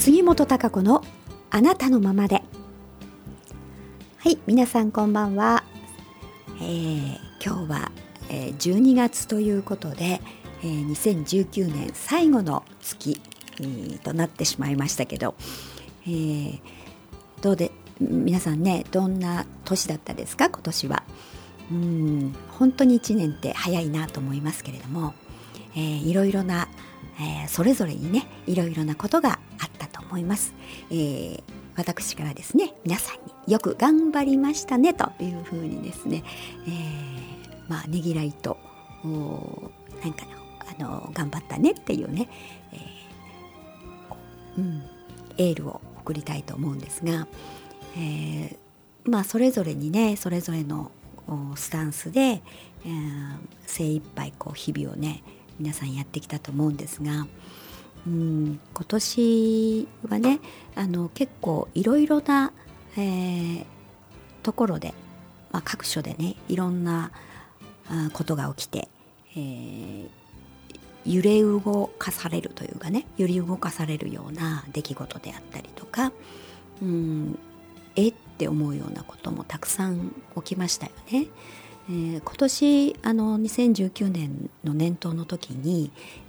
杉本孝子のあなたのままで。はい、皆さんこんばんは。今日は、12月ということで、2019年最後の月、となってしまいましたけど、どうで皆さんね、どんな年だったですか今年は。本当に1年って早いなと思いますけれども、いろいろな、それぞれにねいろいろなことがあったと思います。私からですね、皆さんによく頑張りましたねというふうにですね、ねぎらいと頑張ったねっていうね、エールを送りたいと思うんですが、それぞれにねそれぞれのスタンスで、精一杯日々をね皆さんやってきたと思うんですが、今年はね結構いろいろな、ところで、各所でねいろんなことが起きて、揺れ動かされるというかね揺り動かされるような出来事であったりとか、って思うようなこともたくさん起きましたよね。今年2019年の年頭の時に、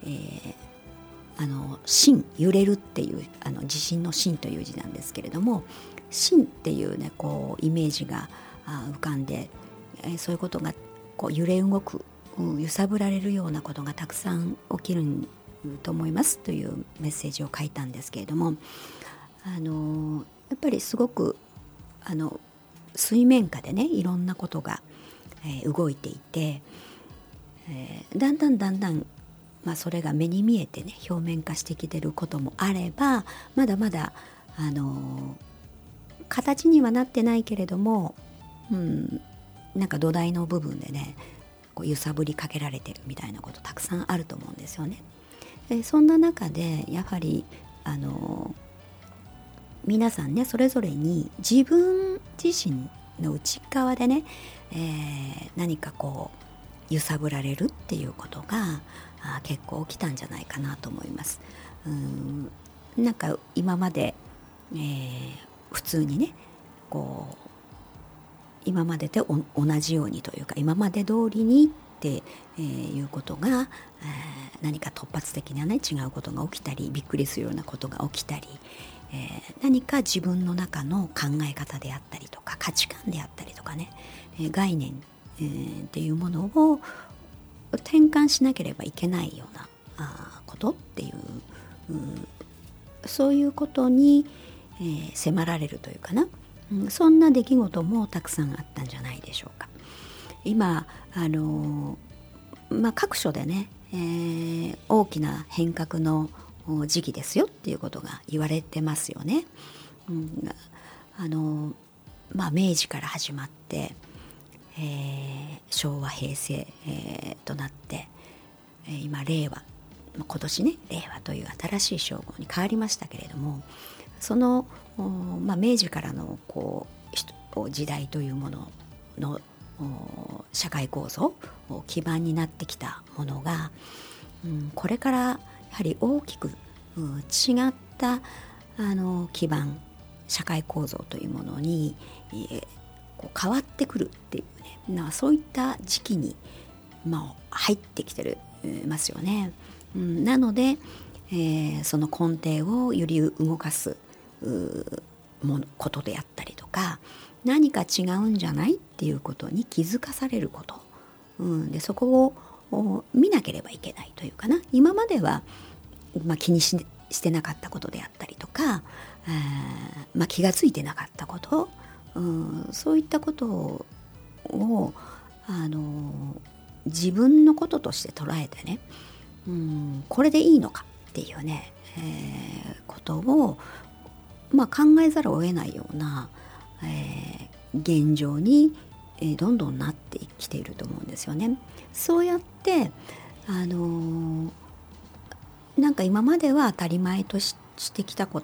震揺れるっていう地震の震という字なんですけれども、震っていうねイメージが浮かんで、そういうことが揺れ動く、揺さぶられるようなことがたくさん起きると思いますというメッセージを書いたんですけれども、やっぱりすごく水面下でねいろんなことが、動いていて、だんだんそれが目に見えてね表面化してきてることもあれば、まだまだ形にはなってないけれども、なんか土台の部分でね揺さぶりかけられてるみたいなことたくさんあると思うんですよね。そんな中でやはり皆さんねそれぞれに自分自身の内側でね、何か揺さぶられるっていうことが結構起きたんじゃないかなと思います。なんか今まで、普通にね今までと同じようにというか今まで通りにっていうことが、何か突発的なね違うことが起きたりびっくりするようなことが起きたり、何か自分の中の考え方であったりとか価値観であったりとかね、概念、っていうものを転換しなければいけないようなことっていう、そういうことに、迫られるというかな、そんな出来事もたくさんあったんじゃないでしょうか。今各所でね、大きな変革の時期ですよっていうことが言われてますよね。明治から始まって、昭和平成、となって、今令和、今年ね令和という新しい称号に変わりましたけれども、その、明治からの時代というものの社会構造基盤になってきたものが、これからやはり大きく違った基盤社会構造というものに、変わってくるっていうね、そういった時期に、入ってきてますよね。なので、その根底をより動かすことであったりとか、何か違うんじゃないっていうことに気づかされること、でそこを見なければいけないというかな、今までは、気にしてなかったことであったりとか、気がついてなかったこと、そういったことを自分のこととして捉えてね、これでいいのかっていうね、ことを、考えざるを得ないような、現状に、どんどんなってきていると思うんですよね。そうやってなんか今までは当たり前としてきたこと、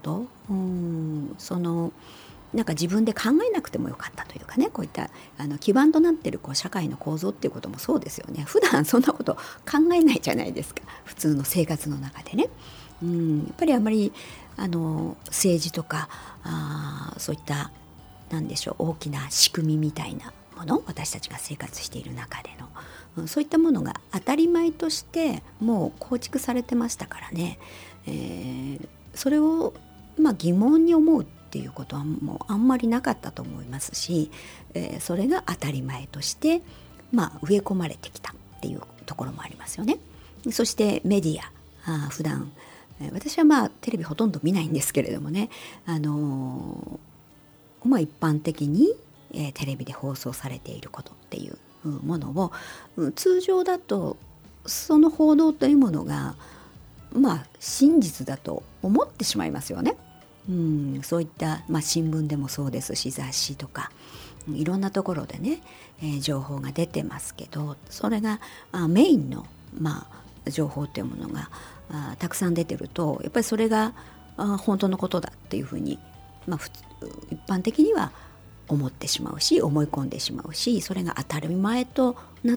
なんか自分で考えなくてもよかったというかね、こういった基盤となっている社会の構造っていうこともそうですよね。普段そんなこと考えないじゃないですか、普通の生活の中でね。 やっぱりあまり政治とかそういった何でしょう、大きな仕組みみたいなもの、私たちが生活している中での、そういったものが当たり前としてもう構築されてましたからね、それを疑問に思うっていうことはもうあんまりなかったと思いますし、それが当たり前として植え込まれてきたっていうところもありますよね。そしてメディア、普段私はテレビほとんど見ないんですけれどもね、一般的に、テレビで放送されていることっていうものを、通常だとその報道というものが真実だと思ってしまいますよね。そういった、新聞でもそうですし、雑誌とかいろんなところでね、情報が出てますけど、それがメインの、情報というものがたくさん出てると、やっぱりそれが本当のことだっていうふうに、一般的には思ってしまうし、思い込んでしまうし、それが当たり前となって、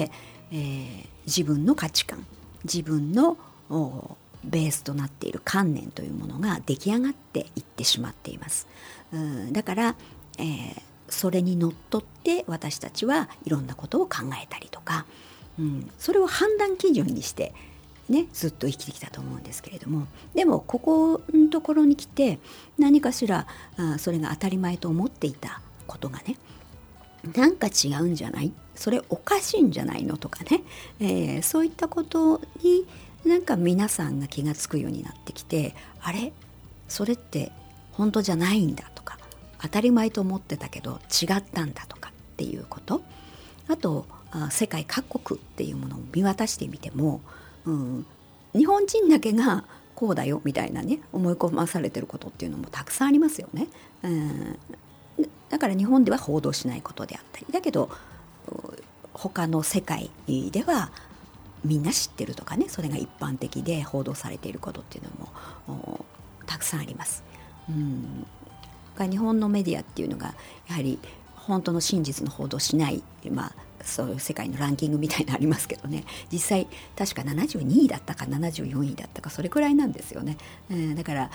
自分の価値観、自分のベースとなっている観念というものが出来上がっていってしまっています。だから、それにのっとって私たちはいろんなことを考えたりとか、それを判断基準にしてずっと生きてきたと思うんですけれども、でもここのところに来て何かしらそれが当たり前と思っていたことがね、なんか違うんじゃない、それおかしいんじゃないのとかね、そういったことになんか皆さんが気がつくようになってきて、あれそれって本当じゃないんだとか、当たり前と思ってたけど違ったんだとかっていうこと、あと世界各国っていうものを見渡してみても、日本人だけがこうだよみたいなね、思い込まされてることっていうのもたくさんありますよね。だから日本では報道しないことであったり、だけど他の世界ではみんな知ってるとかね、それが一般的で報道されていることっていうのもたくさんあります。日本のメディアっていうのがやはり本当の真実の報道しない、そういう世界のランキングみたいなのありますけどね、実際確か72位だったか74位だったか、それくらいなんですよね。だから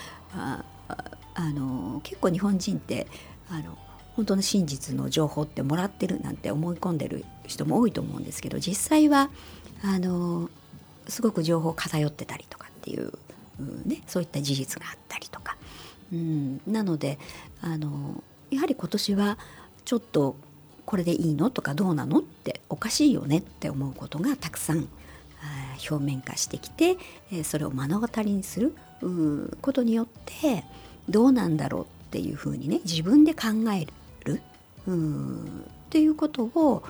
結構日本人って本当の真実の情報ってもらってるなんて思い込んでる人も多いと思うんですけど、実際はすごく情報偏ってたりとかっていう、そういった事実があったりとか、なのでやはり今年はちょっとこれでいいのとか、どうなのっておかしいよねって思うことがたくさん表面化してきて、それを目の当たりにすることによってどうなんだろうっていうふうにね、自分で考えるっていうことを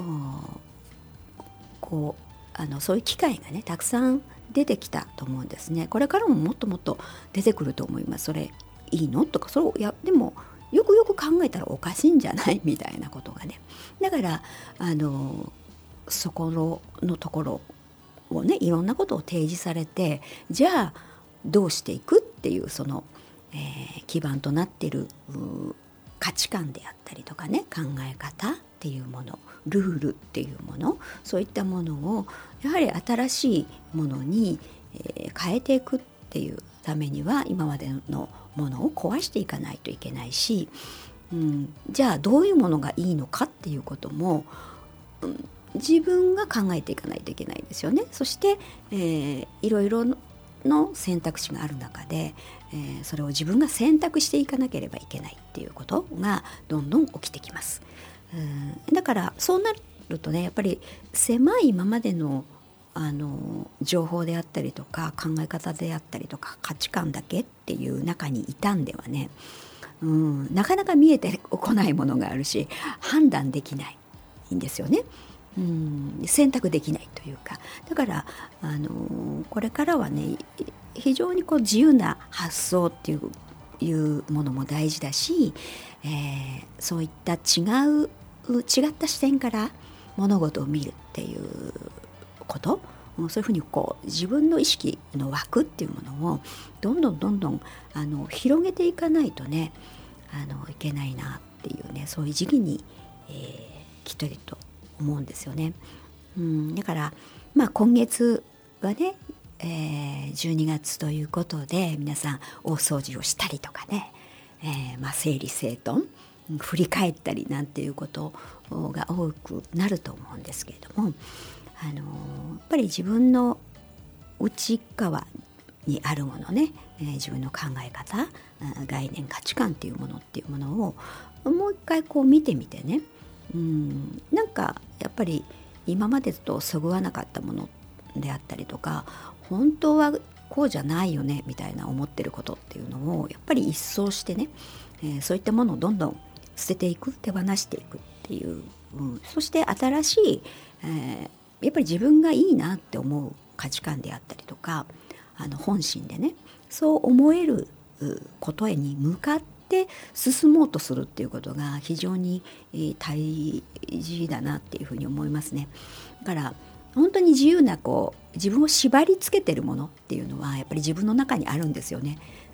そういう機会がねたくさん出てきたと思うんですね。これからももっともっと出てくると思います。それいいのとか、それをでもよくよく考えたらおかしいんじゃないみたいなことがね。だからそこのところをね、いろんなことを提示されて、じゃあどうしていくっていうその、基盤となっている価値観であったりとかね、考え方っていうもの、ルールっていうもの、そういったものをやはり新しいものに、変えていくっていうためには、今までのものを壊していかないといけないし、じゃあどういうものがいいのかっていうことも、自分が考えていかないといけないですよね。そして、いろいろの選択肢がある中で、それを自分が選択していかなければいけないっていうことがどんどん起きてきます。だからそうなるとね、やっぱり狭い今までの情報であったりとか考え方であったりとか価値観だけっていう中にいたんではね、なかなか見えてこないものがあるし、判断できないんですよね。選択できないというか、だからこれからはね、非常に自由な発想っていうものも大事だし、そういった違った視点から物事を見るっていうこと、そういうふうに自分の意識の枠っていうものをどんどん広げていかないとね、いけないなっていうね、そういう時期に、きっとりと思うんですよね。だから今月はね、 12月ということで皆さん大掃除をしたりとかね、整理整頓振り返ったりなんていうことが多くなると思うんですけれども、やっぱり自分の内側にあるものね、自分の考え方、概念、価値観っていうものをもう一回こう見てみてね、なんかやっぱり今までとそぐわなかったものであったりとか、本当はこうじゃないよねみたいな思ってることっていうのをやっぱり一掃してね、そういったものをどんどん捨てていく、手放していくっていう、そして新しい、やっぱり自分がいいなって思う価値観であったりとか、本心でねそう思えることへに向かって進もうとするっていうことが非常に大事だなっていうふうに思いますね。だから本当に自由な自分を縛り付けてるものっていうのはやっぱり自分の中にあるんですよね。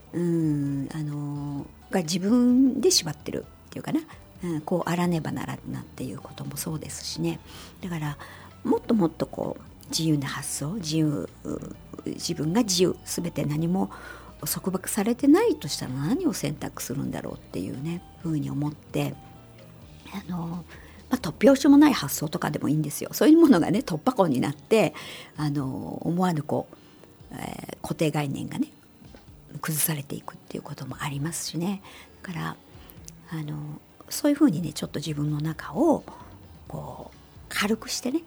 が自分で縛ってるっていうかな、こうあらねばならんなっていうこともそうですしね。だからもっともっと自由な発想、自分が自由、全て何も束縛されてないとしたら何を選択するんだろうっていうねふうに思って、突拍子もない発想とかでもいいんですよ。そういうものがね突破口になって思わぬ固定概念がね崩されていくっていうこともありますしね。だからそういうふうにねちょっと自分の中を軽くしてね、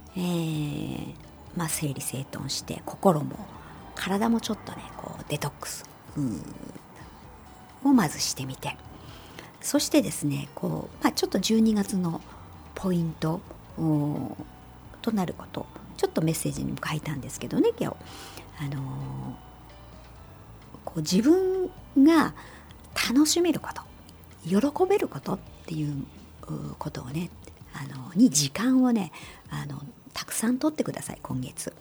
整理整頓して心も体もちょっとねデトックスをまずしてみて、そしてですねちょっと12月のポイントとなることちょっとメッセージにも書いたんですけどね、今日自分が楽しめること喜べることっていうことをねに時間をねたくさん取ってください今月。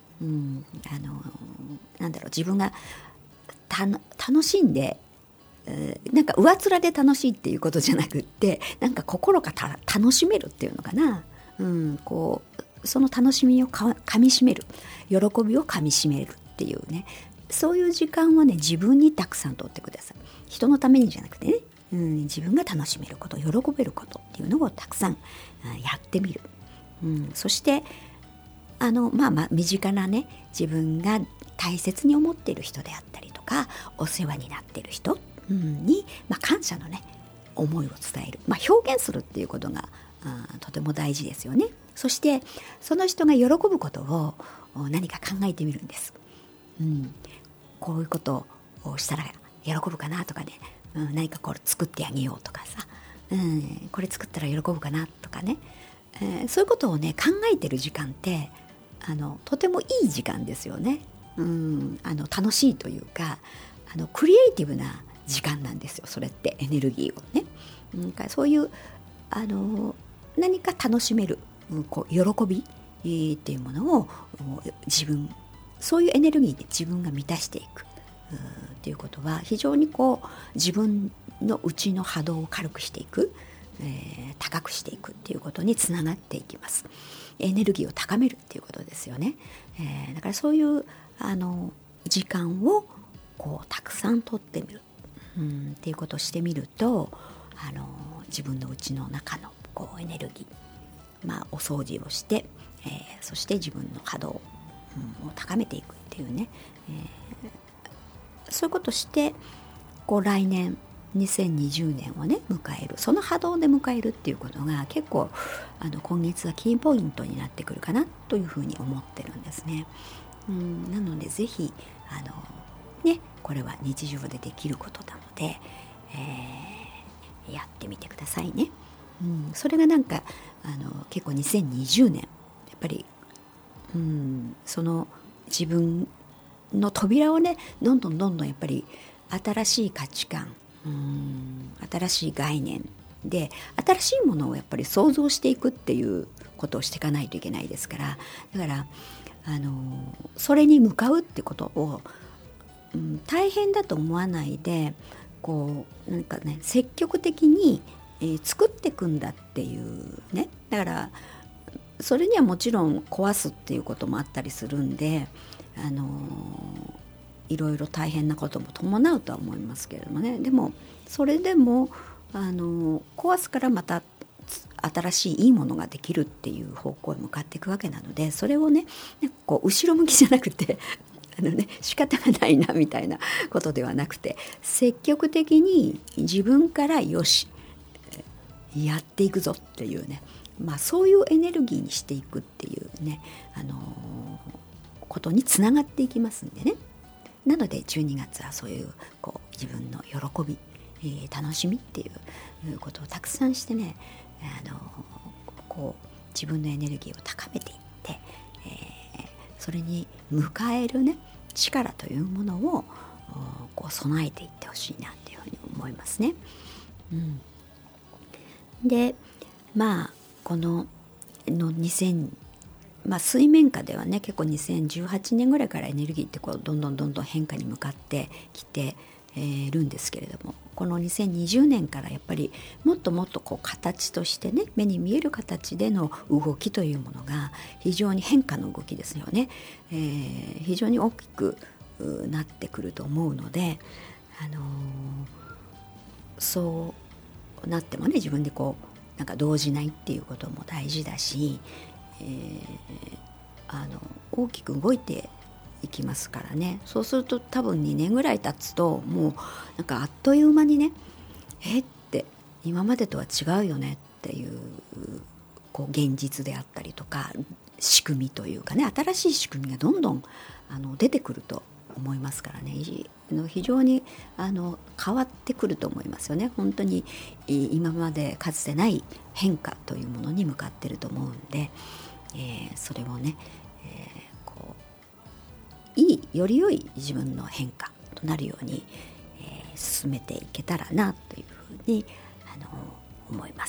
自分が楽しんでなんか上面で楽しいっていうことじゃなくって、なんか心から楽しめるっていうのかな、その楽しみをかみしめる、喜びをかみしめるっていうね、そういう時間をね自分にたくさん取ってください。人のためにじゃなくてね、自分が楽しめること、喜べることっていうのをたくさんやってみる。そして身近なね自分が大切に思っている人であったりとかお世話になっている人に、感謝のね思いを伝える、表現するっていうことがとても大事ですよね。そしてその人が喜ぶことを何か考えてみるんです。こういうことをしたら喜ぶかなとかね、何かこれ作ってあげようとかさ、これ作ったら喜ぶかなとかね、そういうことをね考えてる時間ってとてもいい時間ですよね。楽しいというかクリエイティブな時間なんですよ、それってエネルギーをね。そういう何か楽しめる喜びっていうものをそういうエネルギーで自分が満たしていくっていうことは非常に自分の内の波動を軽くしていく、高くしていくっていうことにつながっていきます。エネルギーを高めるっていうことですよね。だからそういう時間をたくさん取ってみる、っていうことをしてみると自分の内の中のエネルギー、お掃除をして、そして自分の波動を高めていくっていうね、そういうことして来年2020年をね迎える、その波動で迎えるっていうことが結構今月はキーポイントになってくるかなというふうに思ってるんですね。なのでぜひこれは日常でできることなので、やってみてくださいね。それがなんか結構2020年やっぱりその自分の扉をねどんどんやっぱり新しい価値観、新しい概念で新しいものをやっぱり想像していくっていうことをしていかないといけないですから、だからそれに向かうってことを、大変だと思わないでなんかね積極的に、作っていくんだっていうね。だからそれにはもちろん壊すっていうこともあったりするんで、 いろいろ大変なことも伴うとは思いますけれどもね。でもそれでも壊すからまた新しいいいものができるっていう方向へ向かっていくわけなので、それをねこう後ろ向きじゃなくて仕方がないなみたいなことではなくて、積極的に自分からよしやっていくぞっていうね、そういうエネルギーにしていくっていうね、ことにつながっていきますんでね。なので12月はそういう自分の喜び、楽しみっていうことをたくさんしてね、自分のエネルギーを高めていって、それに迎えるね力というものを備えていってほしいなっていうふうに思いますね。でこの水面下ではね結構2018年ぐらいからエネルギーってどんどん変化に向かってきてるんですけれども、この2020年からやっぱりもっともっと形としてね、目に見える形での動きというものが非常に変化の動きですよね、非常に大きくなってくると思うので、そうなってもね自分で動じないっていうことも大事だし、大きく動いていきますからね。そうすると多分2年ぐらい経つともうあっという間にねって今までとは違うよねっていう現実であったりとか仕組みというかね、新しい仕組みがどんどん出てくると思いますからね、非常に変わってくると思いますよね。本当に今までかつてない変化というものに向かってると思うんで、それをね、より良い自分の変化となるように、進めていけたらなというふうに思います。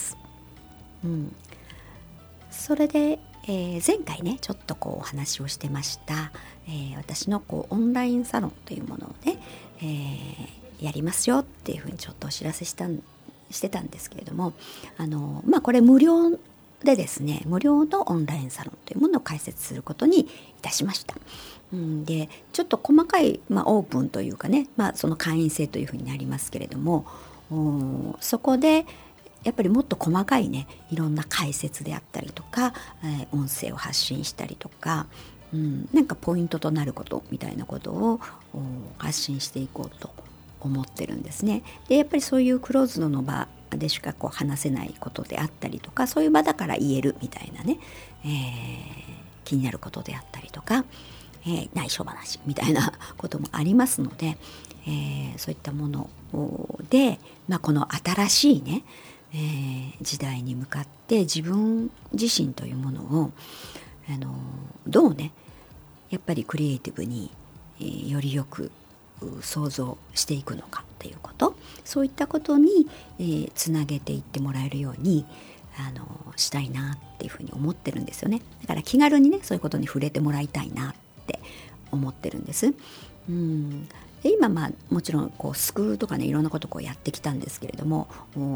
それで、前回ねちょっとお話をしてました、私のオンラインサロンというものをね、やりますよっていうふうにちょっとお知らせしてたんですけれども、これ無料でですね、無料のオンラインサロンというものを開設することにいたしました。でちょっと細かい、オープンというかね、その会員制というふうになりますけれども、そこでやっぱりもっと細かいねいろんな解説であったりとか、音声を発信したりとか、ポイントとなることみたいなことを発信していこうと思ってるんですね。でやっぱりそういうクローズドの場でしか話せないことであったりとか、そういう場だから言えるみたいなね、気になることであったりとか、内緒話みたいなこともありますので、そういったもので、この新しいね、時代に向かって自分自身というものをどうねやっぱりクリエイティブに、よりよく想像していくのかっていうこと、そういったことに、つなげていってもらえるようにしたいなっていうふうに思ってるんですよね。だから気軽にねそういうことに触れてもらいたいなって思ってるんです。で今もちろんスクールとかねいろんなことやってきたんですけれども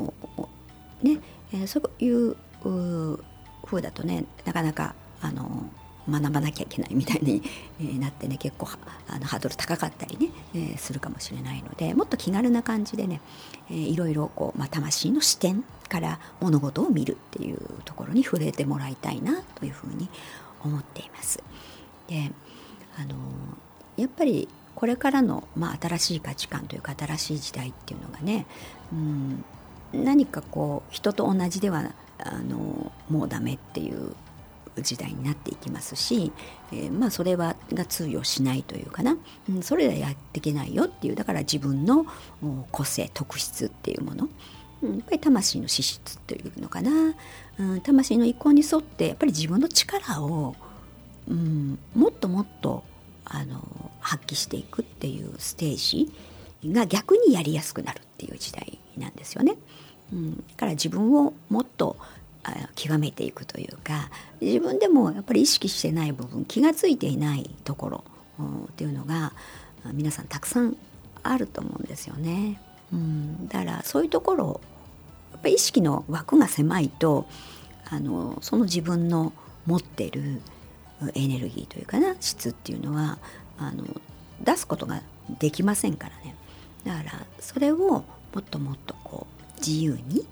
そういう風だとねなかなか学ばなきゃいけないみたいになってね、結構ハードル高かったりね、するかもしれないので、もっと気軽な感じでね、いろいろ魂の視点から物事を見るっていうところに触れてもらいたいなというふうに思っています。でやっぱりこれからの、新しい価値観というか新しい時代っていうのがね、何か人と同じではもうダメっていう時代になっていきますし、それが通用しないというかな、それではやっていけないよっていう、だから自分の個性特質っていうもの、やっぱり魂の資質というのかな、魂の意向に沿ってやっぱり自分の力を、もっともっと発揮していくっていうステージが逆にやりやすくなるっていう時代なんですよね。だから自分をもっと極めていくというか、自分でもやっぱり意識してない部分、気がついていないところっていうのが皆さんたくさんあると思うんですよね。だからそういうところをやっぱり意識の枠が狭いとその自分の持っているエネルギーというかな、質っていうのは出すことができませんからね。だからそれをもっともっとこう自由に、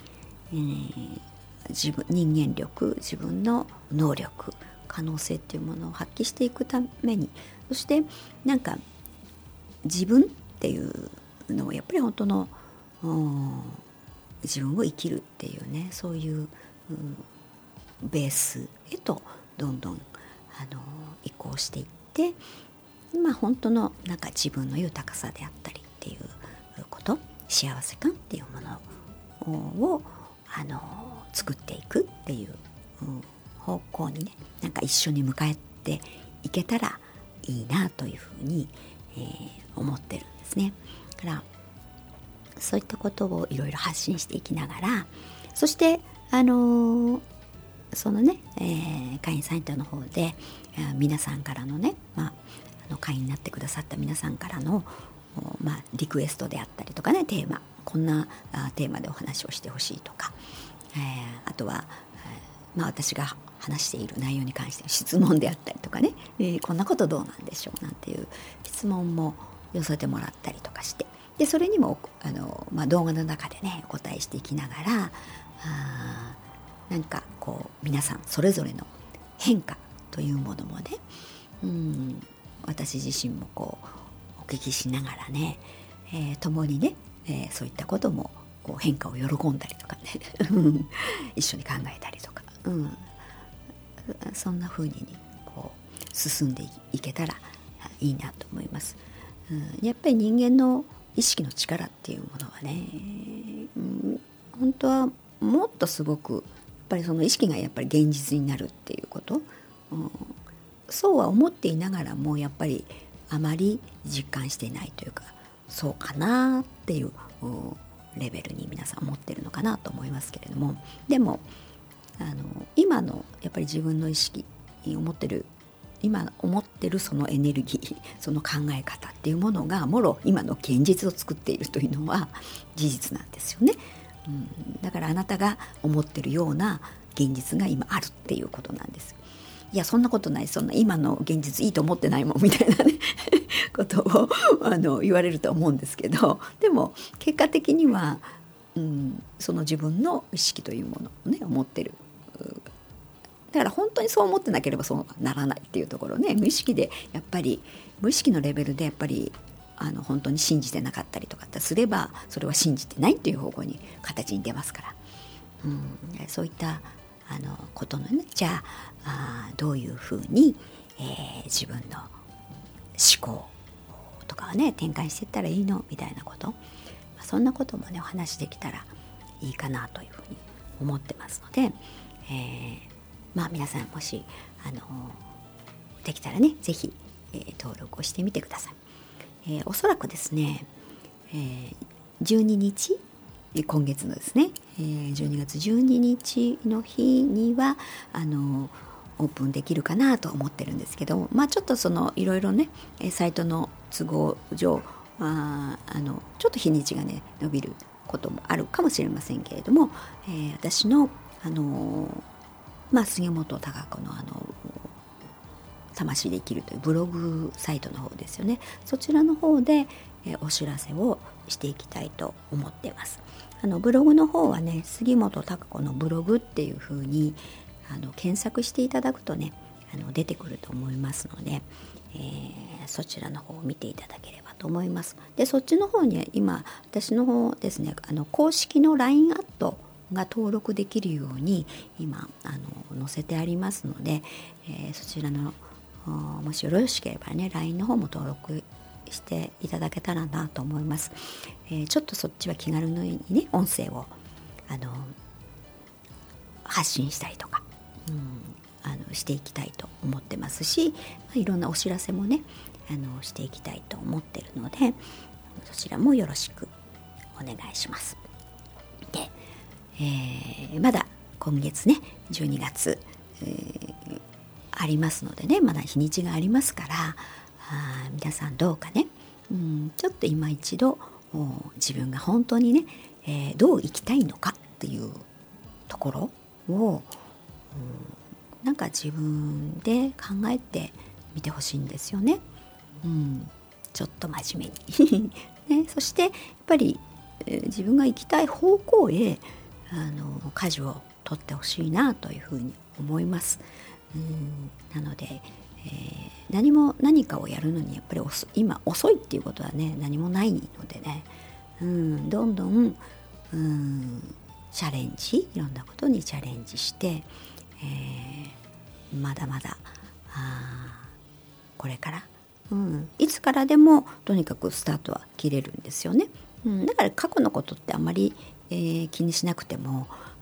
人間力、自分の能力、可能性っていうものを発揮していくために、そしてなんか自分っていうのをやっぱり本当の自分を生きるっていうね、そういう、ベースへとどんどん移行していって、本当のなんか自分の豊かさであったりっていうこと、幸せ感っていうものを作っていくっていう、方向にね、なんか一緒に迎えていけたらいいなというふうに、思ってるんですね。だからそういったことをいろいろ発信していきながら、そしてそのね、会員サイトの方で皆さんからのね、会員になってくださった皆さんからの、リクエストであったりとかね、テーマ、こんなテーマでお話をしてほしいとか、あとは、私が話している内容に関して質問であったりとかね、こんなことどうなんでしょうなんていう質問も寄せてもらったりとかして、でそれにも動画の中でねお答えしていきながら、なんかこう皆さんそれぞれの変化というものもね、私自身もこうお聞きしながらね、共にね、そういったこともこう変化を喜んだりとかね一緒に考えたりとか、そんな風に、こう進んでいけたらいいなと思います。やっぱり人間の意識の力っていうものはね、本当はもっとすごくやっぱりその意識がやっぱり現実になるっていうこと、そうは思っていながらもやっぱりあまり実感していないというか、そうかなっていうレベルに皆さん思ってるのかなと思いますけれども、でも今のやっぱり自分の意識今思ってるそのエネルギー、その考え方っていうものがもろ今の現実を作っているというのは事実なんですよね。だからあなたが思ってるような現実が今あるっていうことなんです。いやそんなことない、そんな今の現実いいと思ってないもんみたいなねことを言われると思うんですけど、でも結果的には、その自分の意識というものをね思ってる。だから本当にそう思ってなければそうならないっていうところね、無意識でやっぱり無意識のレベルでやっぱり本当に信じてなかったりとかすれば、それは信じてないっていう方向に形に出ますから、そういったことのね、じゃあどういうふうに、自分の思考とかはね展開していったらいいのみたいなこと、そんなこともねお話できたらいいかなというふうに思ってますので、皆さんもしできたらねぜひ、登録をしてみてください。おそらくですね、12日今月のですね、12月12日の日にはオープンできるかなと思ってるんですけど、ちょっといろいろねサイトの都合上ちょっと日にちがね伸びることもあるかもしれませんけれども、私の杉本孝子の魂で生きるというブログサイトの方ですよね、そちらの方で、お知らせをしていきたいと思っています。ブログの方はね杉本孝子のブログっていう風に検索していただくとね出てくると思いますので、そちらの方を見ていただければと思います。でそっちの方に今私の方ですね公式の LINE アットが登録できるように今載せてありますので、そちらのもしよろしければね LINE の方も登録していただけたらなと思います。ちょっとそっちは気軽にね音声を発信したりとか、していきたいと思ってますし、いろんなお知らせもねしていきたいと思ってるので、そちらもよろしくお願いします。で、まだ今月ね12月、ありますのでね、まだ日にちがありますから皆さんどうかね、ちょっと今一度自分が本当にね、どう生きたいのかっていうところを、 なんか自分で考えてみてほしいんですよね。ちょっと真面目にね、そしてやっぱり、自分が行きたい方向へ舵を取ってほしいなというふうに思います。なので、何かをやるのにやっぱり今遅いっていうことはね何もないのでね、どんどんチャレンジ、いろんなことにチャレンジして、まだまだこれから、いつからでもとにかくスタートは切れるんですよね。だから過去のことってあんまり、気にしなくても、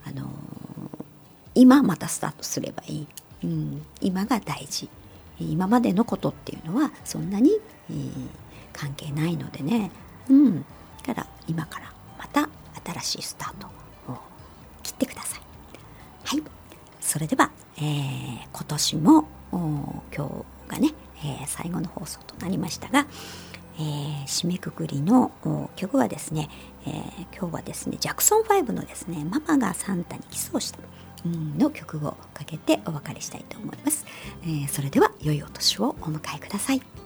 今またスタートすればいい、今が大事。今までのことっていうのはそんなに、関係ないのでね、だから今からまた新しいスタートを切ってください。はい、それでは、今年も今日がね、最後の放送となりましたが、締めくくりの曲はですね、今日はですねジャクソン5のですねママがサンタにキスをしたの曲をかけてお別れしたいと思います。それでは良いお年をお迎えください。